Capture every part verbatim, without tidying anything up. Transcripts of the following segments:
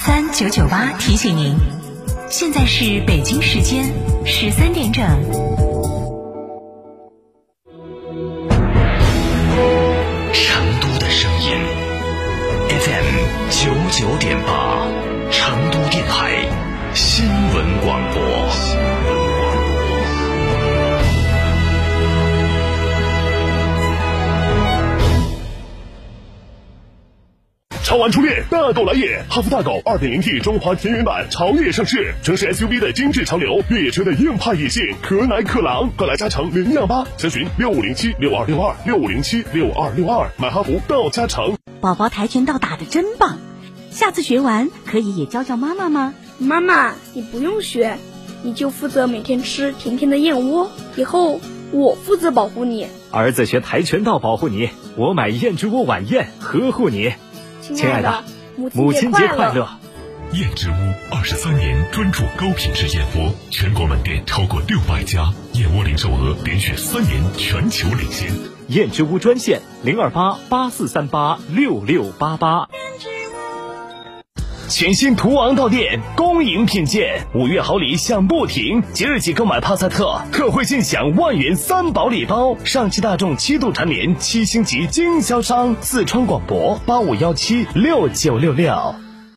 三九九八提醒您，现在是北京时间十三点整。 成都的声音 F M 九九点八，成都电台新闻广播。 超玩初恋，大狗来也！哈弗大狗 二点零 T 中华田园版潮越上市，城市 S U V 的精致潮流，越野车的硬派野性，可奶可狼，快来加诚零幺八，详询六五零七六二六二六五零七六二六二，买哈弗到加诚。 宝宝跆拳道打得真棒，下次学完可以也教教妈妈吗？ 妈妈，你不用学，你就负责每天吃甜甜的燕窝，以后我负责保护你。 儿子学跆拳道保护你，我买燕之屋晚宴呵护你。 亲爱的， 母亲节快乐！ 燕之屋二十三年专注高品质燕窝，全国门店超过六百家，燕窝零售额连续三年全球领先。 燕之屋专线零二八八四三八六六八八。 全新途昂到店，恭迎品鉴，五月好礼享不停，即日起购买帕萨特，特惠尽享万元三宝礼包。上汽大众七度蝉联七星级经销商，四川广播八五幺七六九六六。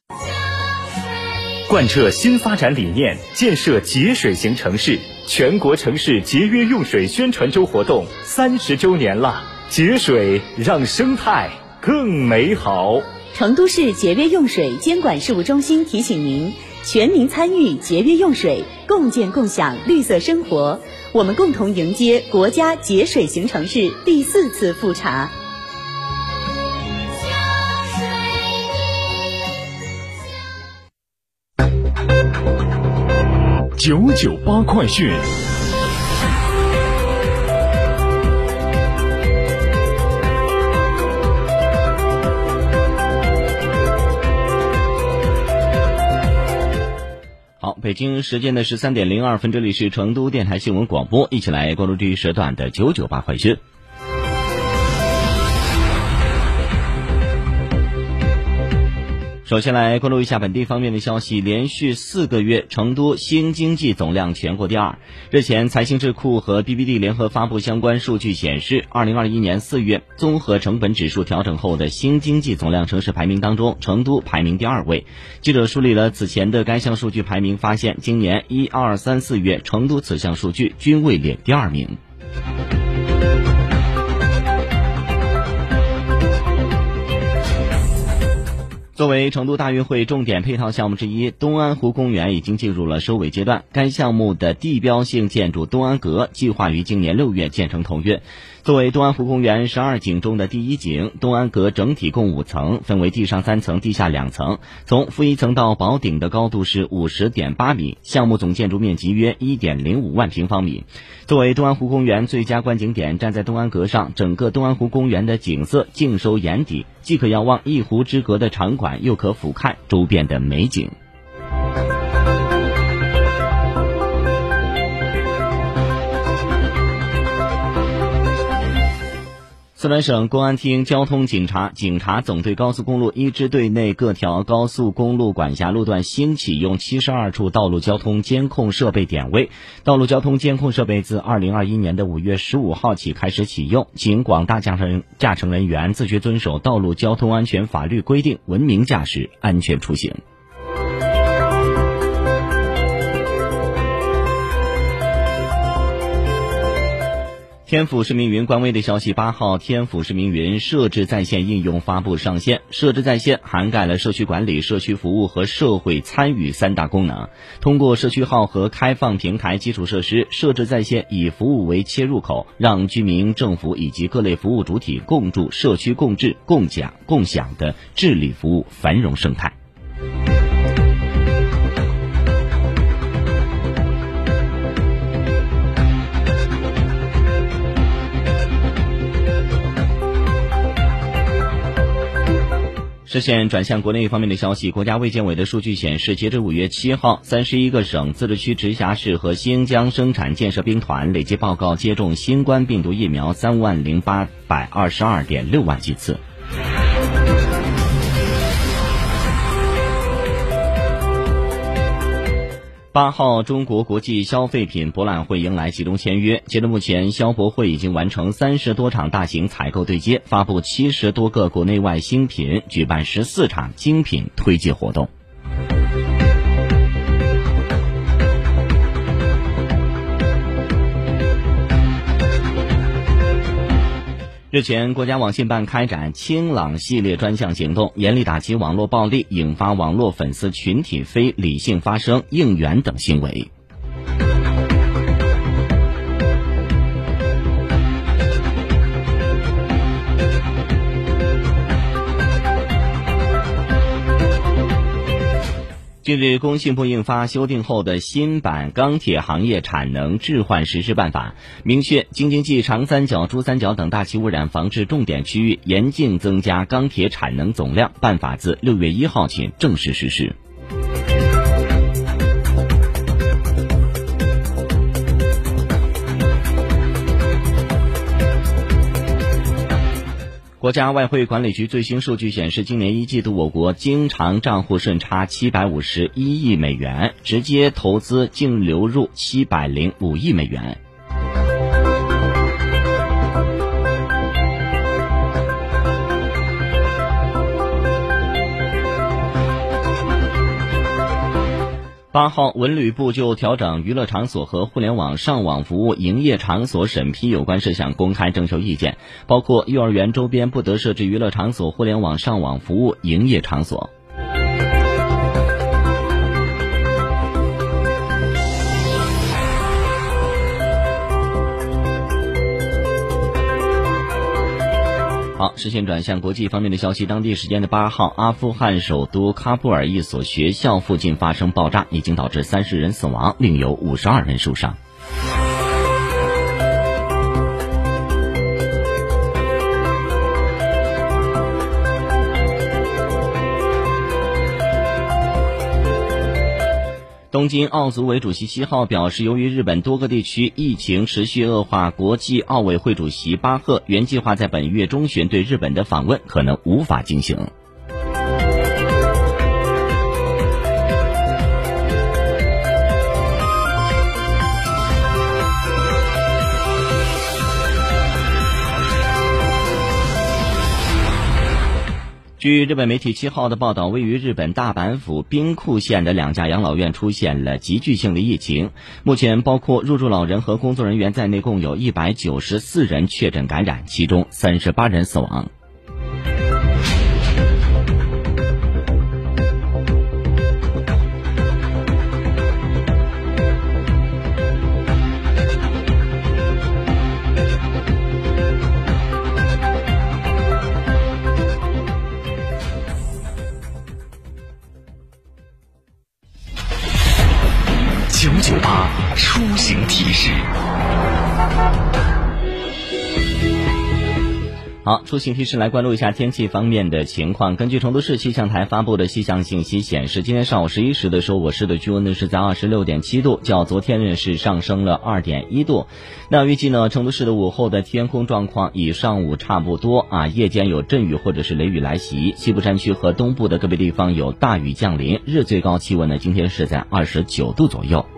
贯彻新发展理念，建设节水型城市，全国城市节约用水宣传周活动三十周年了，节水让生态更美好。 成都市节约用水监管事务中心提醒您，全民参与节约用水，共建共享绿色生活，我们共同迎接国家节水型城市第四次复查。 九九八快讯。 好，北京时间的十三点零二分，这里是成都电台新闻广播，一起来关注这一时段的九九八快讯。首先来关注一下本地方面的消息，连续四个月成都新经济总量全国第二。日前，财新智库和 B B D 联合发布相关数据显示，二零二一年四月综合成本指数调整后的新经济总量城市排名当中，成都排名第二位。记者梳理了此前的该项数据排名，发现今年一二三四月成都此项数据均位列第二名。作为成都大运会重点配套项目之一，东安湖公园已经进入了收尾阶段。该项目的地标性建筑东安阁计划于今年六月建成投运。作为东安湖公园十二景中的第一景，东安阁整体共五层，分为地上三层、地下两层。从负一层到宝顶的高度是 五十点八米，项目总建筑面积约 一点零五万平方米。作为东安湖公园最佳观景点，站在东安阁上，整个东安湖公园的景色尽收眼底，既可遥望一湖之隔的场馆，又可俯瞰周边的美景。四川省公安厅交通警察警察总队高速公路一支队内各条高速公路管辖路段新启用七十二处道路交通监控设备点位。道路交通监控设备自二零二一年的五月十五号起开始启用，请广大驾乘驾乘人员自觉遵守道路交通安全法律规定，文明驾驶，安全出行。天府市民云官微的消息，八号天府市民云设置在线应用发布上线。设置在线涵盖了社区管理、社区服务和社会参与三大功能。通过社区号和开放平台基础设施，设置在线以服务为切入口，让居民、政府以及各类服务主体共筑社区共治、共享、共享的治理服务繁荣生态。视线转向国内方面的消息，国家卫健委的数据显示，截至五月七号，三十一个省、自治区、直辖市和新疆生产建设兵团累计报告接种新冠病毒疫苗三万零八百二十二点六万剂次。 八号，中国国际消费品博览会迎来集中签约。截至目前，消博会已经完成三十多场大型采购对接，发布七十多个国内外新品，举办十四场精品推介活动。日前，国家网信办开展清朗系列专项行动，严厉打击网络暴力引发网络粉丝群体非理性发声、应援等行为。近日，工信部印发修订后的新版钢铁行业产能置换实施办法，明确京津冀长三角、珠三角等大气污染防治重点区域严禁增加钢铁产能总量。办法自六月一号起正式实施。国家外汇管理局最新数据显示，今年一季度我国经常账户顺差七百五十一亿美元，直接投资净流入七百零五亿美元。八号，文旅部就调整娱乐场所和互联网上网服务营业场所审批有关事项公开征求意见，包括幼儿园周边不得设置娱乐场所、互联网上网服务营业场所。好，视线转向国际方面的消息。当地时间的八号，阿富汗首都喀布尔一所学校附近发生爆炸，已经导致三十人死亡，另有五十二人受伤。东京奥组委主席七号表示，由于日本多个地区疫情持续恶化，国际奥委会主席巴赫原计划在本月中旬对日本的访问可能无法进行。据日本媒体七号的报道，位于日本大阪府兵库县的两家养老院出现了急剧性的疫情，目前包括入住老人和工作人员在内，共有一百九十四人确诊感染，其中三十八人死亡。 九九八出行提示。 好，出行提示来关注一下天气方面的情况。根据成都市气象台发布的气象信息显示，今天上午十一时的时候，我市的均温呢是在二十六点七度，较昨天呢是上升了二点一度。那预计呢，成都市的午后的天空状况与上午差不多啊，夜间有阵雨或者是雷雨来袭，西部山区和东部的个别地方有大雨降临，日最高气温呢今天是在二十九度左右。